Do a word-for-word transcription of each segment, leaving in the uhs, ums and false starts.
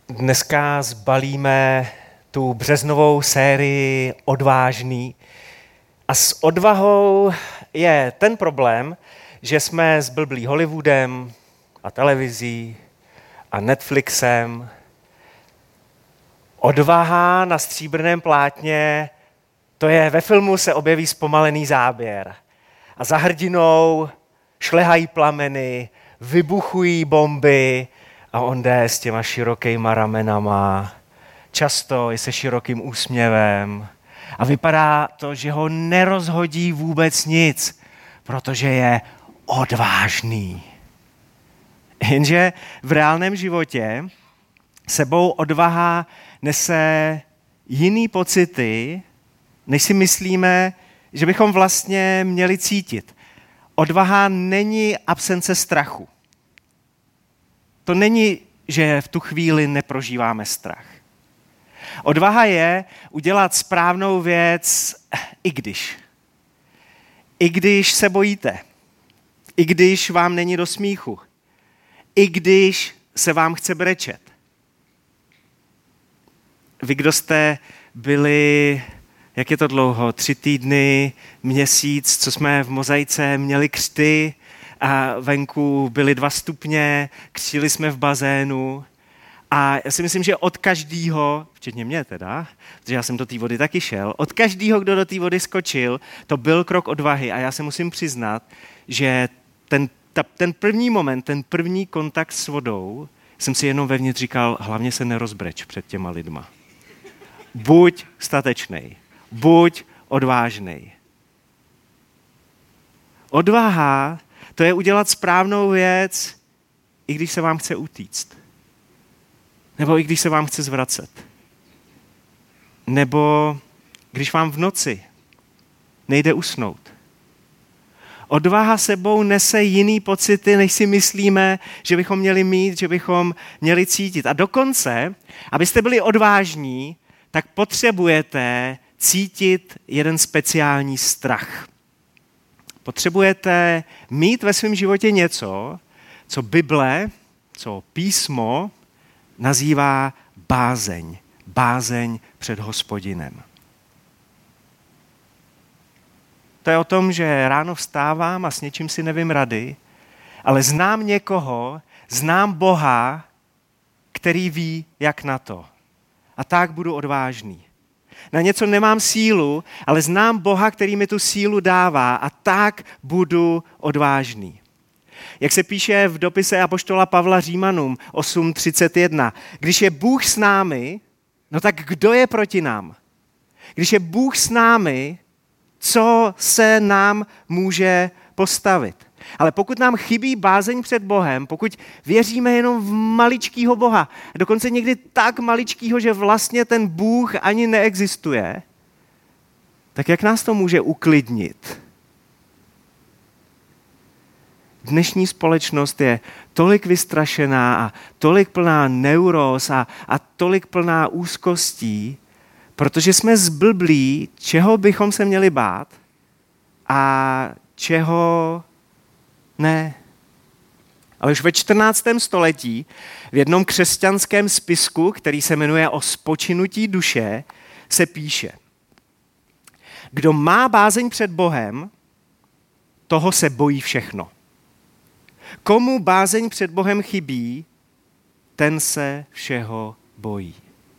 Dneska zbalíme tu březnovou sérii Odvážný. A s odvahou je ten problém, že jsme zblblí Hollywoodem a televizí a Netflixem. Odvaha na stříbrném plátně, to je ve filmu se objeví zpomalený záběr. A za hrdinou šlehají plameny, vybuchují bomby a on jde s těma širokýma ramenama, často i se širokým úsměvem. A vypadá to, že ho nerozhodí vůbec nic, protože je odvážný. Jenže v reálném životě sebou odvaha nese jiný pocity, než si myslíme, že bychom vlastně měli cítit. Odvaha není absence strachu. To není, že v tu chvíli neprožíváme strach. Odvaha je udělat správnou věc, i když. I když se bojíte. I když vám není do smíchu. I když se vám chce brečet. Vy, kdo jste byli, jak je to dlouho, tři týdny, měsíc, co jsme v Mozaice měli křty a venku byly dva stupně, křtili jsme v bazénu a já si myslím, že od každého, včetně mě teda, protože já jsem do té vody taky šel, od každého, kdo do té vody skočil, to byl krok odvahy a já se musím přiznat, že ten, ta, ten první moment, ten první kontakt s vodou, jsem si jenom vevnitř říkal, hlavně se nerozbreč před těma lidma. Buď statečnej, buď odvážnej. Odvaha, to je udělat správnou věc, i když se vám chce utíct. Nebo i když se vám chce zvracet. Nebo když vám v noci nejde usnout. Odvaha sebou nese jiný pocity, než si myslíme, že bychom měli mít, že bychom měli cítit. A dokonce, abyste byli odvážní, tak potřebujete cítit jeden speciální strach. Potřebujete mít ve svém životě něco, co Bible, co písmo nazývá bázeň. Bázeň před Hospodinem. To je o tom, že ráno vstávám a s něčím si nevím rady, ale znám někoho, znám Boha, který ví, jak na to. A tak budu odvážný. Na něco nemám sílu, ale znám Boha, který mi tu sílu dává a tak budu odvážný. Jak se píše v dopise apoštola Pavla Římanům osm třicet jedna. Když je Bůh s námi, no tak kdo je proti nám? Když je Bůh s námi, co se nám může postavit? Ale pokud nám chybí bázeň před Bohem, pokud věříme jenom v maličkýho Boha, dokonce někdy tak maličkýho, že vlastně ten Bůh ani neexistuje, tak jak nás to může uklidnit? Dnešní společnost je tolik vystrašená a tolik plná neuróz a, a tolik plná úzkostí, protože jsme zblblí, čeho bychom se měli bát a čeho ne. Ale už ve čtrnáctém století v jednom křesťanském spisku, který se jmenuje O spočinutí duše, se píše: Kdo má bázeň před Bohem, toho se bojí všechno. Komu bázeň před Bohem chybí, ten se všeho bojí.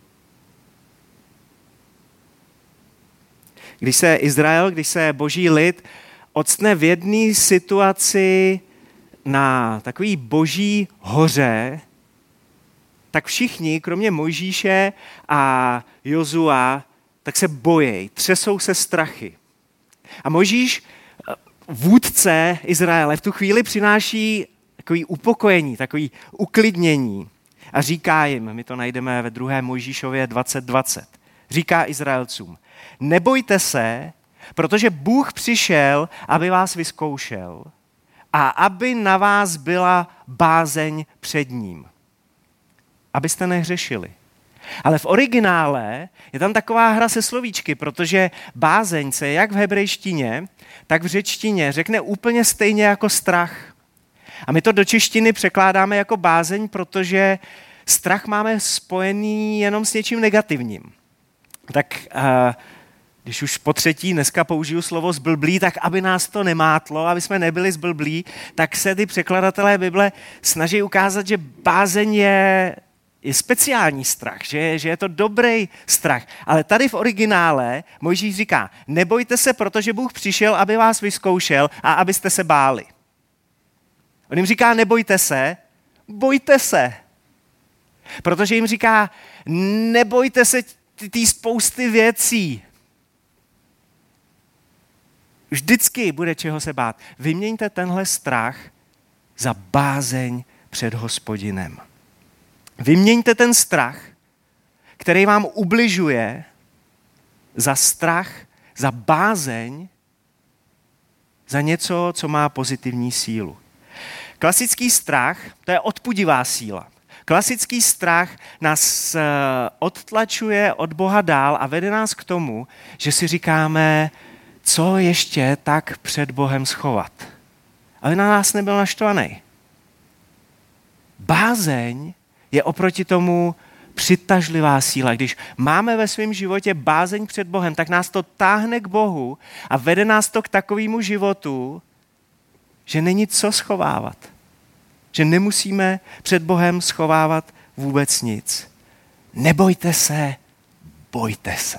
Když se Izrael, když se boží lid octne v jedné situaci na takový boží hoře, tak všichni, kromě Mojžíše a Jozua, tak se bojí, třesou se strachy. A Mojžíš, vůdce Izraele, v tu chvíli přináší takový upokojení, takový uklidnění a říká jim, my to najdeme ve druhé Mojžíšově dvacet dvacet, říká Izraelcům: Nebojte se, protože Bůh přišel, aby vás vyzkoušel a aby na vás byla bázeň před ním. Abyste nehřešili. Ale v originále je tam taková hra se slovíčky, protože bázeň se jak v hebrejštině, tak v řečtině řekne úplně stejně jako strach. A my to do češtiny překládáme jako bázeň, protože strach máme spojený jenom s něčím negativním. Tak uh, když už po třetí dneska použiju slovo zblblí, tak aby nás to nemátlo, aby jsme nebyli zblblí, tak se ty překladatelé Bible snaží ukázat, že bázeň je, je speciální strach, že, že je to dobrý strach. Ale tady v originále Mojžíš říká, nebojte se, protože Bůh přišel, aby vás vyzkoušel a abyste se báli. On jim říká, nebojte se, bojte se. Protože jim říká, nebojte se té spousty věcí. Vždycky bude čeho se bát. Vyměňte tenhle strach za bázeň před Hospodinem. Vyměňte ten strach, který vám ubližuje, za strach, za bázeň, za něco, co má pozitivní sílu. Klasický strach, to je odpudivá síla. Klasický strach nás odtlačuje od Boha dál a vede nás k tomu, že si říkáme, co ještě tak před Bohem schovat. Ale na nás nebyl naštvaný. Bázeň je oproti tomu přitažlivá síla. Když máme ve svém životě bázeň před Bohem, tak nás to táhne k Bohu a vede nás to k takovému životu, že není co schovávat. Že nemusíme před Bohem schovávat vůbec nic. Nebojte se, bojte se.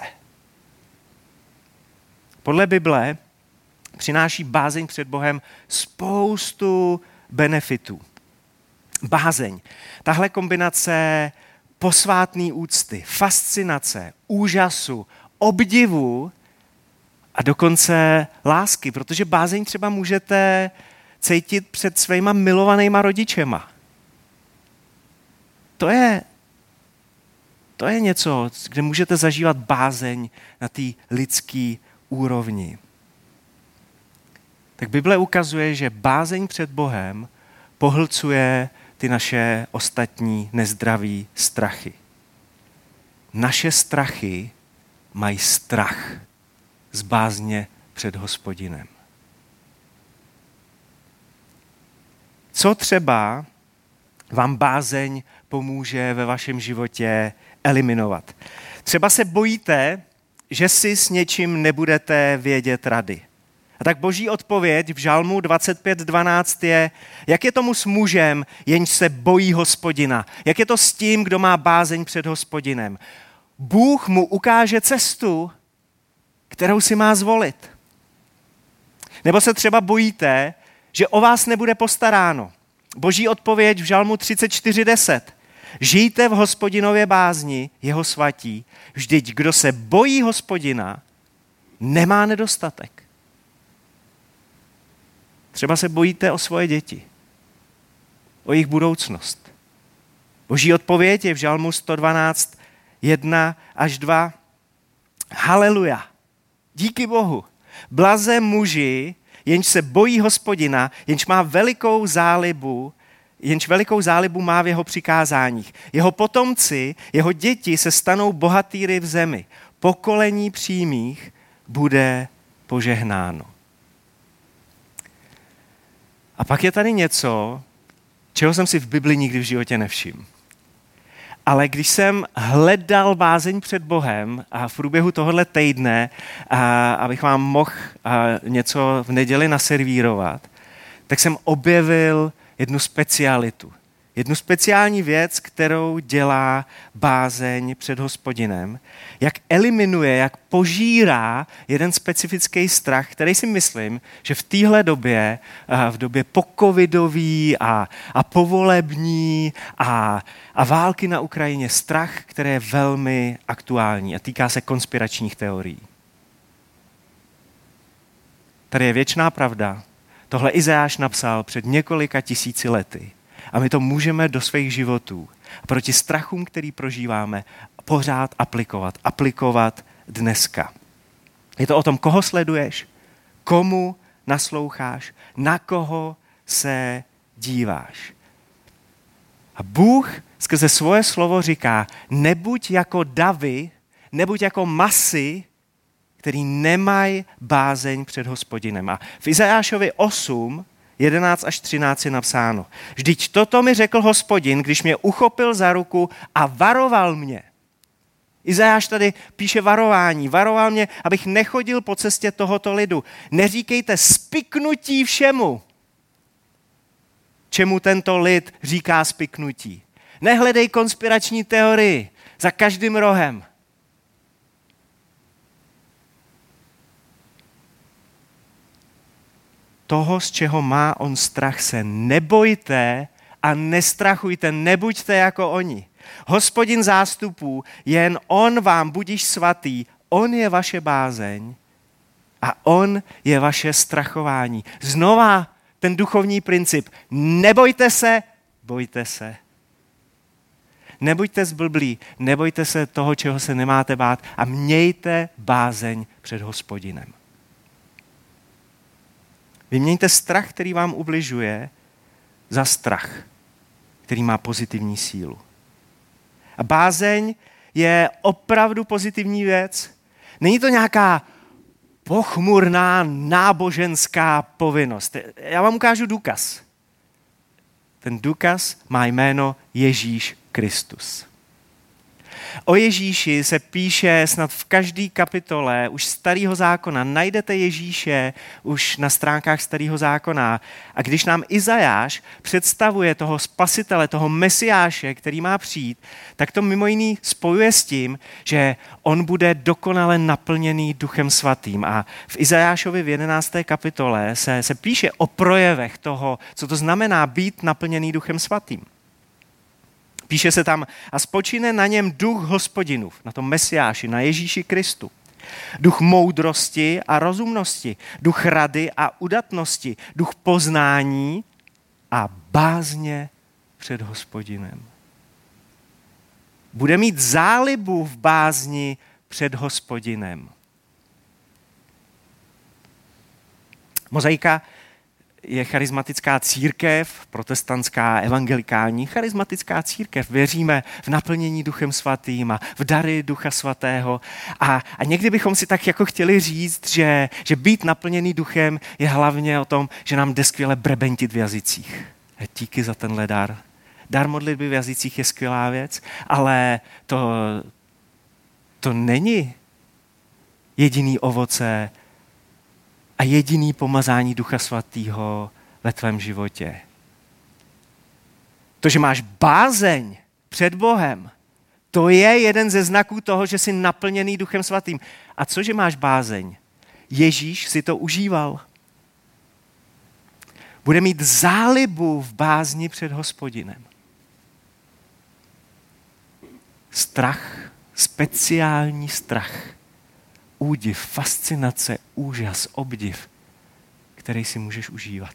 Podle Bible přináší bázeň před Bohem spoustu benefitů. Bázeň. Tahle kombinace posvátný úcty, fascinace, úžasu, obdivu a dokonce lásky, protože bázeň třeba můžete cítit před svýma milovanýma rodičema. To je, to je něco, kde můžete zažívat bázeň na té lidské úrovni. Tak Bible ukazuje, že bázeň před Bohem pohlcuje ty naše ostatní nezdraví strachy. Naše strachy mají strach z bázně před Hospodinem. Co třeba vám bázeň pomůže ve vašem životě eliminovat? Třeba se bojíte, že si s něčím nebudete vědět rady. A tak Boží odpověď v Žalmu dvacet pět dvanáct je, jak je tomu s mužem, jenž se bojí Hospodina. Jak je to s tím, kdo má bázeň před Hospodinem. Bůh mu ukáže cestu, kterou si má zvolit. Nebo se třeba bojíte, že o vás nebude postaráno. Boží odpověď v Žalmu třicet čtyři deset. Žijte v Hospodinově bázni, jeho svatí, vždyť kdo se bojí Hospodina, nemá nedostatek. Třeba se bojíte o svoje děti, o jejich budoucnost. Boží odpověď je v Žalmu sto dvanáct jedna až dva. Haleluja, díky Bohu. Blaze muži, jenž se bojí Hospodina, jenž má velikou zálibu, jenž velikou zálibu má v jeho přikázáních. Jeho potomci, jeho děti se stanou bohatýry v zemi. Pokolení přímých bude požehnáno. A pak je tady něco, čeho jsem si v Bibli nikdy v životě nevšiml. Ale když jsem hledal bázeň před Bohem a v průběhu tohohle týdne, a, abych vám mohl a, něco v neděli naservírovat, tak jsem objevil jednu specialitu. Jednu speciální věc, kterou dělá bázeň před Hospodinem, jak eliminuje, jak požírá jeden specifický strach, který si myslím, že v téhle době, v době pocovidový a, a povolební a, a války na Ukrajině, strach, který je velmi aktuální a týká se konspiračních teorií. Tady je věčná pravda. Tohle Izajáš napsal před několika tisíci lety. A my to můžeme do svých životů proti strachům, který prožíváme, pořád aplikovat. Aplikovat dneska. Je to o tom, koho sleduješ, komu nasloucháš, na koho se díváš. A Bůh skrze svoje slovo říká, nebuď jako davy, nebuď jako masy, který nemají bázeň před Hospodinem. A v Izajášovi osm jedenáct až třináct je napsáno. Vždyť toto mi řekl Hospodin, když mě uchopil za ruku a varoval mě. Izajáš tady píše varování. Varoval mě, abych nechodil po cestě tohoto lidu. Neříkejte spiknutí všemu. Čemu tento lid říká spiknutí? Nehledej konspirační teorii za každým rohem. Toho, z čeho má on strach, se nebojte a nestrachujte, nebuďte jako oni. Hospodin zástupů, jen on vám budiš svatý, on je vaše bázeň a on je vaše strachování. Znova ten duchovní princip. Nebojte se, bojte se. Nebuďte zblblí, nebojte se toho, čeho se nemáte bát a mějte bázeň před Hospodinem. Vyměňte strach, který vám ubližuje, za strach, který má pozitivní sílu. A bázeň je opravdu pozitivní věc. Není to nějaká pochmurná náboženská povinnost. Já vám ukážu důkaz. Ten důkaz má jméno Ježíš Kristus. O Ježíši se píše snad v každé kapitole už starého zákona. Najdete Ježíše už na stránkách starého zákona. A když nám Izajáš představuje toho spasitele, toho mesiáše, který má přijít, tak to mimo jiný spojuje s tím, že on bude dokonale naplněný Duchem Svatým. A v Izajášovi v jedenácté kapitole se, se píše o projevech toho, co to znamená být naplněný Duchem Svatým. Píše se tam, a spočine na něm duch Hospodinův, na tom Mesiáši, na Ježíši Kristu. Duch moudrosti a rozumnosti, duch rady a udatnosti, duch poznání a bázně před Hospodinem. Bude mít zálibu v bázni před Hospodinem. Mozaika je charismatická církev, protestantská, evangelikální, charismatická církev. Věříme v naplnění Duchem Svatým a v dary Ducha Svatého. A, a někdy bychom si tak jako chtěli říct, že, že být naplněný Duchem je hlavně o tom, že nám jde skvěle brebentit v jazycích. Díky za tenhle dar. Dar modlitby v jazycích je skvělá věc, ale to, to není jediný ovoce a jediný pomazání Ducha Svatého ve tvém životě. To, že máš bázeň před Bohem, to je jeden ze znaků toho, že jsi naplněný Duchem Svatým. A co, že máš bázeň? Ježíš si to užíval. Bude mít zálibu v bázni před Hospodinem. Strach, speciální strach. Údiv, fascinace, úžas, obdiv, který si můžeš užívat.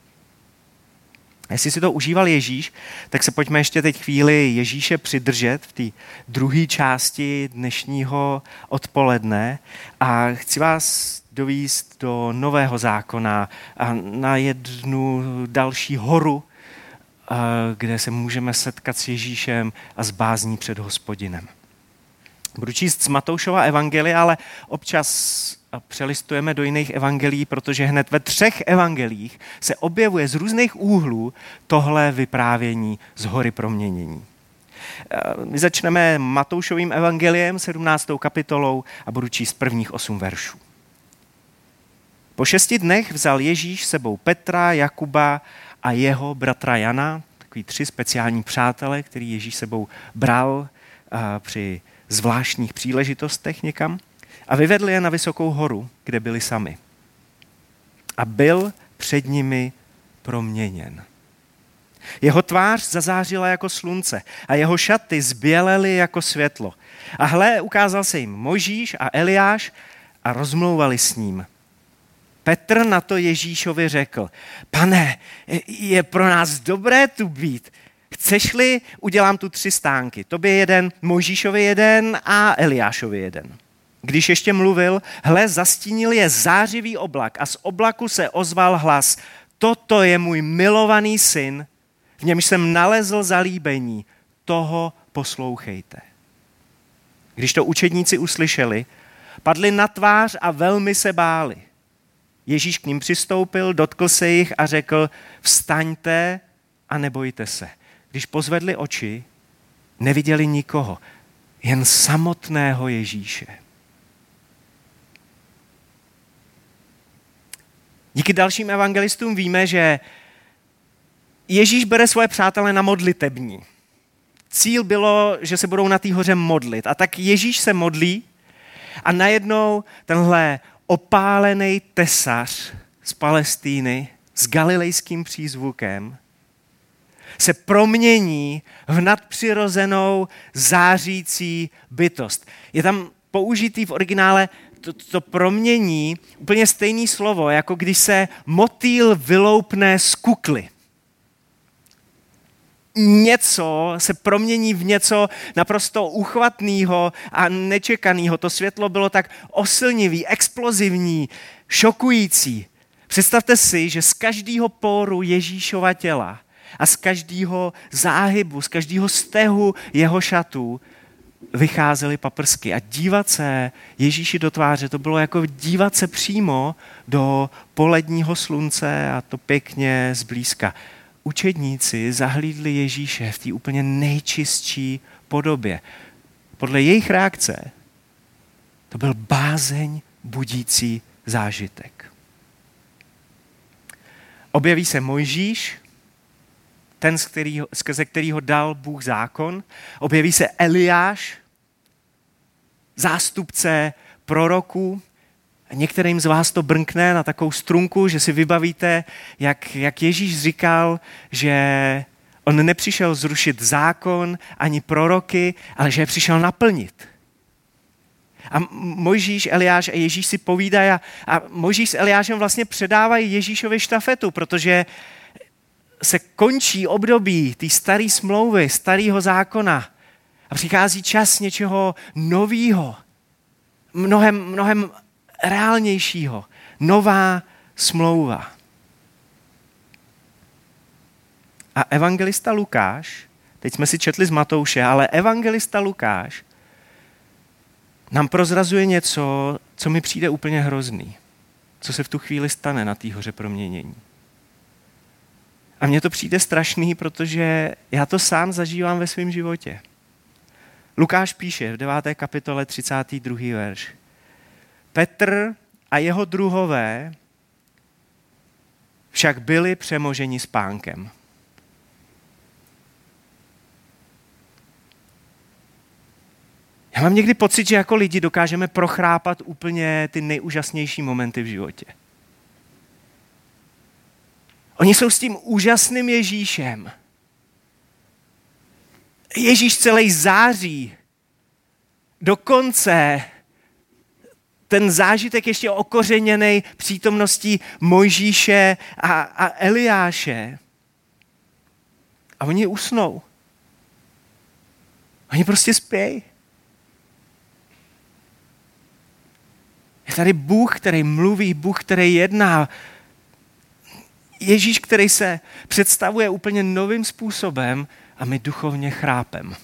A jestli si to užíval Ježíš, tak se pojďme ještě teď chvíli Ježíše přidržet v té druhé části dnešního odpoledne a chci vás dovést do Nového zákona a na jednu další horu, kde se můžeme setkat s Ježíšem a s bázní před Hospodinem. Budu číst z Matoušova evangelia, ale občas přelistujeme do jiných evangelií, protože hned ve třech evangelích se objevuje z různých úhlů tohle vyprávění z hory proměnění. My začneme Matoušovým evangeliem, sedmnáctou kapitolou a budu číst prvních osm veršů. Po šesti dnech vzal Ježíš sebou Petra, Jakuba a jeho bratra Jana, takový tři speciální přátelé, který Ježíš sebou bral při zvláštních příležitostech někam a vyvedl je na vysokou horu, kde byli sami. A byl před nimi proměněn. Jeho tvář zazářila jako slunce a jeho šaty zbělely jako světlo. A hle, ukázal se jim Mojžíš a Eliáš a rozmlouvali s ním. Petr na to Ježíšovi řekl, pane, je pro nás dobré tu být. Chceš-li, udělám tu tři stánky. Tobě jeden, Mojžíšovi jeden a Eliášovi jeden. Když ještě mluvil, hle, zastínil je zářivý oblak a z oblaku se ozval hlas. Toto je můj milovaný syn, v němž jsem nalezl zalíbení. Toho poslouchejte. Když to učedníci uslyšeli, padli na tvář a velmi se báli. Ježíš k ním přistoupil, dotkl se jich a řekl, vstaňte a nebojte se. Když pozvedli oči, neviděli nikoho, jen samotného Ježíše. Díky dalším evangelistům víme, že Ježíš bere svoje přátele na modlitební. Cíl bylo, že se budou na té hoře modlit. A tak Ježíš se modlí a najednou tenhle opálený tesař z Palestíny s galilejským přízvukem se promění v nadpřirozenou zářící bytost. Je tam použitý v originále to, to promění úplně stejné slovo, jako když se motýl vyloupne z kukly. Něco se promění v něco naprosto uchvatného a nečekaného. To světlo bylo tak oslnivý, explozivní, šokující. Představte si, že z každého poru Ježíšova těla a z každého záhybu, z každého stehu jeho šatů vycházely paprsky. A dívat se Ježíši do tváře, to bylo jako dívat se přímo do poledního slunce a to pěkně zblízka. Učedníci zahlídli Ježíše v té úplně nejčistší podobě. Podle jejich reakce to byl bázeň budící zážitek. Objeví se Mojžíš, ten, z kterýho, skrze kterého dal Bůh zákon. Objeví se Eliáš, zástupce proroků. Některým z vás to brnkne na takovou strunku, že si vybavíte, jak, jak Ježíš říkal, že on nepřišel zrušit zákon ani proroky, ale že je přišel naplnit. A Mojžíš, Eliáš a Ježíš si povídají a, a Mojžíš s Eliášem vlastně předávají Ježíšovi štafetu, protože se končí období té staré smlouvy, starého zákona a přichází čas něčeho nového, mnohem, mnohem reálnějšího, nová smlouva. A evangelista Lukáš, teď jsme si četli z Matouše, ale evangelista Lukáš nám prozrazuje něco, co mi přijde úplně hrozný, co se v tu chvíli stane na té hoře proměnění. A mně to přijde strašný, protože já to sám zažívám ve svém životě. Lukáš píše v deváté kapitole třicátý druhý verš. Petr a jeho druhové však byli přemoženi spánkem. Já mám někdy pocit, že jako lidi dokážeme prochrápat úplně ty nejúžasnější momenty v životě. Oni jsou s tím úžasným Ježíšem. Ježíš celý září. Dokonce ten zážitek ještě okořeněný přítomností Mojžíše a, a Eliáše. A oni usnou. Oni prostě spějí. Je tady Bůh, který mluví, Bůh, který jedná. Ježíš, který se představuje úplně novým způsobem a my duchovně chrápem.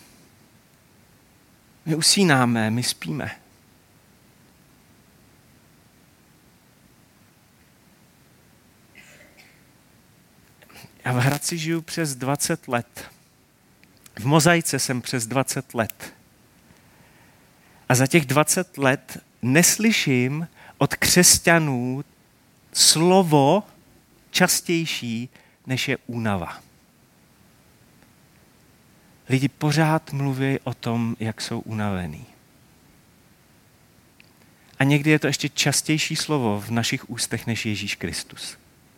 My usínáme, my spíme. Já v Hradci žiju přes dvacet let. V Mozaice jsem přes dvacet let. A za těch dvacet let neslyším od křesťanů slovo častější, než je únava. Lidi pořád mluví o tom, jak jsou unavení. A někdy je to ještě častější slovo v našich ústech než Ježíš Kristus.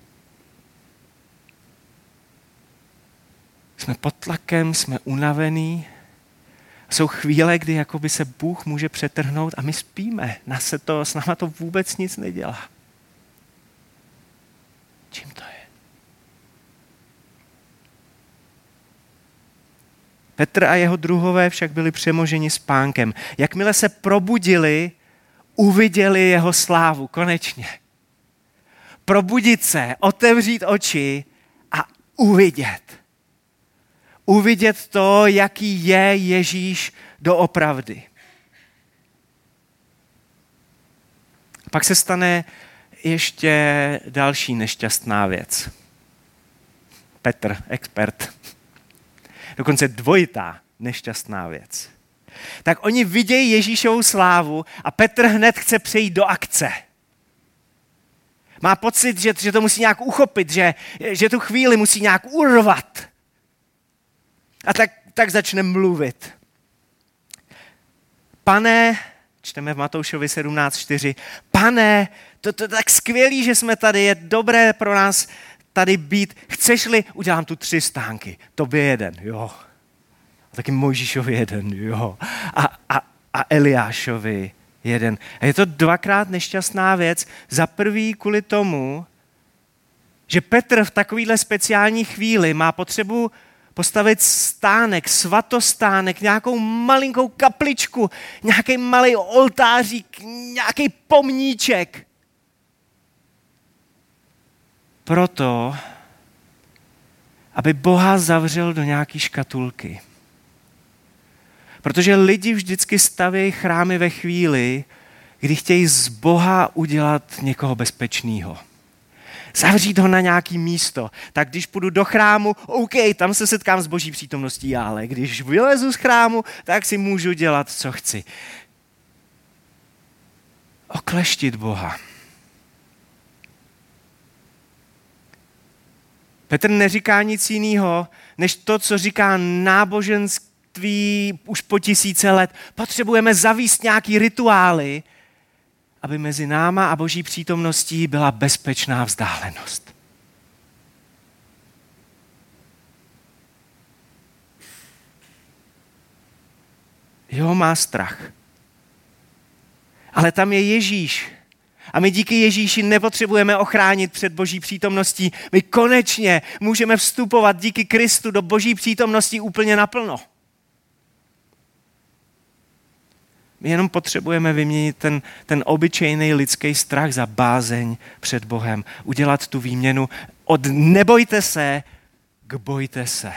Jsme pod tlakem, jsme unavení. Jsou chvíle, kdy jakoby se Bůh může přetrhnout a my spíme. Nás se to, s náma to vůbec nic nedělá. Čím to je? Petr a jeho druhové však byli přemoženi spánkem. Jakmile se probudili, uviděli jeho slávu. Konečně. Probudit se, otevřít oči a uvidět. Uvidět to, jaký je Ježíš doopravdy. Pak se stane ještě další nešťastná věc. Petr, expert. Dokonce dvojitá nešťastná věc. Tak oni vidějí Ježíšovu slávu a Petr hned chce přejít do akce. Má pocit, že, že to musí nějak uchopit, že, že tu chvíli musí nějak urvat. A tak, tak začne mluvit. Pane, čteme v Matoušovi sedmnáct čtyři, pane, to, to je tak skvělý, že jsme tady, je dobré pro nás tady být. Chceš-li, udělám tu tři stánky, tobě jeden, jo. A taky Mojžíšovi jeden, jo. A, a, a Eliášovi jeden. A je to dvakrát nešťastná věc. Za prvý kvůli tomu, že Petr v takovýhle speciální chvíli má potřebu postavit stánek, svatostánek, nějakou malinkou kapličku, nějaký malý oltářík, nějaký pomníček. Proto, aby Boha zavřel do nějaký škatulky. Protože lidi vždycky stavějí chrámy ve chvíli, kdy chtějí z Boha udělat někoho bezpečného. Zavřít ho na nějaký místo. Tak když půjdu do chrámu, OK, tam se setkám s Boží přítomností, ale když vylezu z chrámu, tak si můžu dělat, co chci. Okleštit Boha. Petr neříká nic jiného, než to, co říká náboženství už po tisíce let. Potřebujeme zavést nějaký rituály, aby mezi náma a Boží přítomností byla bezpečná vzdálenost. Jo, má strach. Ale tam je Ježíš. A my díky Ježíši nepotřebujeme ochránit před Boží přítomností. My konečně můžeme vstupovat díky Kristu do Boží přítomnosti úplně naplno. My jenom potřebujeme vyměnit ten, ten obyčejný lidský strach za bázeň před Bohem. Udělat tu výměnu od nebojte se k bojte se.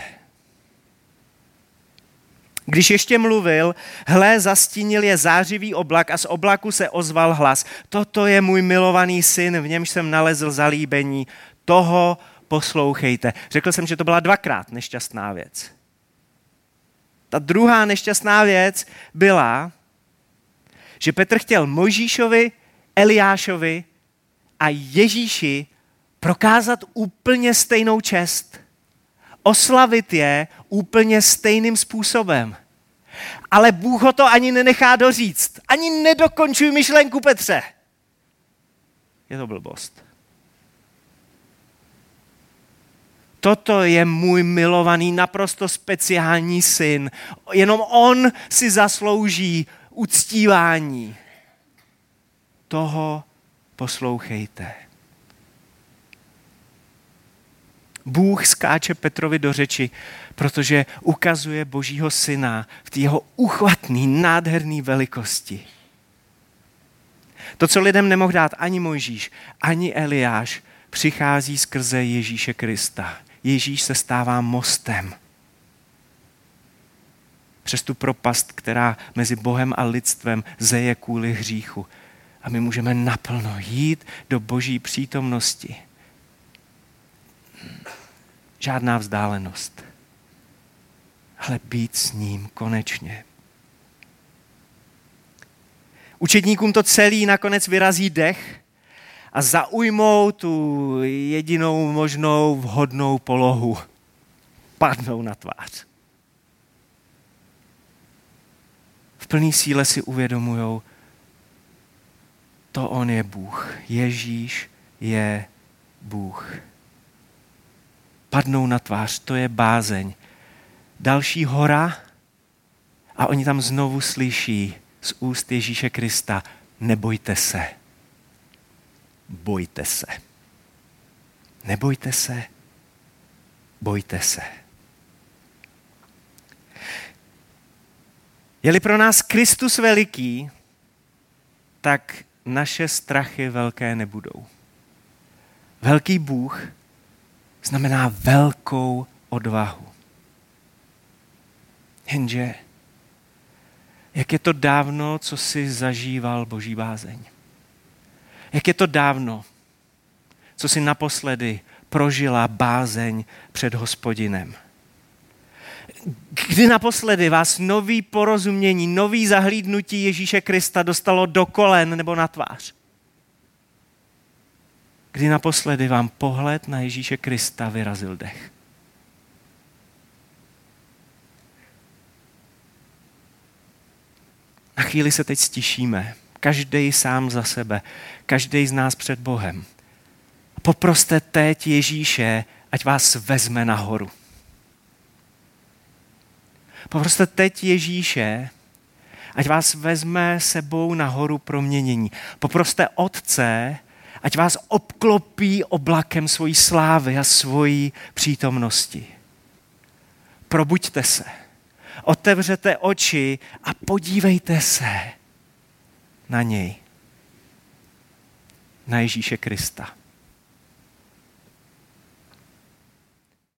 Když ještě mluvil, hle, zastínil je zářivý oblak a z oblaku se ozval hlas. Toto je můj milovaný syn, v němž jsem nalezl zalíbení. Toho poslouchejte. Řekl jsem, že to byla dvakrát nešťastná věc. Ta druhá nešťastná věc byla, že Petr chtěl Mojžíšovi, Eliášovi a Ježíši prokázat úplně stejnou čest. Oslavit je úplně stejným způsobem. Ale Bůh ho to ani nenechá doříct. Ani nedokončuj myšlenku, Petře. Je to blbost. Toto je můj milovaný, naprosto speciální syn. Jenom on si zaslouží uctívání. Toho poslouchejte. Bůh skáče Petrovi do řeči, protože ukazuje Božího syna v té jeho uchvatný, nádherný velikosti. To, co lidem nemohl dát ani Mojžíš, ani Eliáš, přichází skrze Ježíše Krista. Ježíš se stává mostem přes tu propast, která mezi Bohem a lidstvem zeje kvůli hříchu. A my můžeme naplno jít do Boží přítomnosti. Žádná vzdálenost, ale být s ním konečně. Učedníkům to celý nakonec vyrazí dech a zaujmou tu jedinou možnou vhodnou polohu. Padnou na tvář. V plný síle si uvědomujou, to on je Bůh. Ježíš je Bůh. Padnou na tvář, to je bázeň. Další hora a oni tam znovu slyší z úst Ježíše Krista, nebojte se, bojte se. Nebojte se, bojte se. Je-li pro nás Kristus veliký, tak naše strachy velké nebudou. Velký Bůh znamená velkou odvahu. Jenže, jak je to dávno, co jsi zažíval Boží bázeň? Jak je to dávno, co si naposledy prožila bázeň před Hospodinem? Kdy naposledy vás nový porozumění, nový zahlídnutí Ježíše Krista dostalo do kolen nebo na tvář? Kdy naposledy vám pohled na Ježíše Krista vyrazil dech? Na chvíli se teď stišíme, každý sám za sebe, každý z nás před Bohem. Poproste teď Ježíše, ať vás vezme nahoru. Poproste teď Ježíše, ať vás vezme sebou nahoru proměnění. Poproste Otce, ať vás obklopí oblakem svojí slávy a svojí přítomnosti. Probuďte se, otevřete oči a podívejte se na něj, na Ježíše Krista.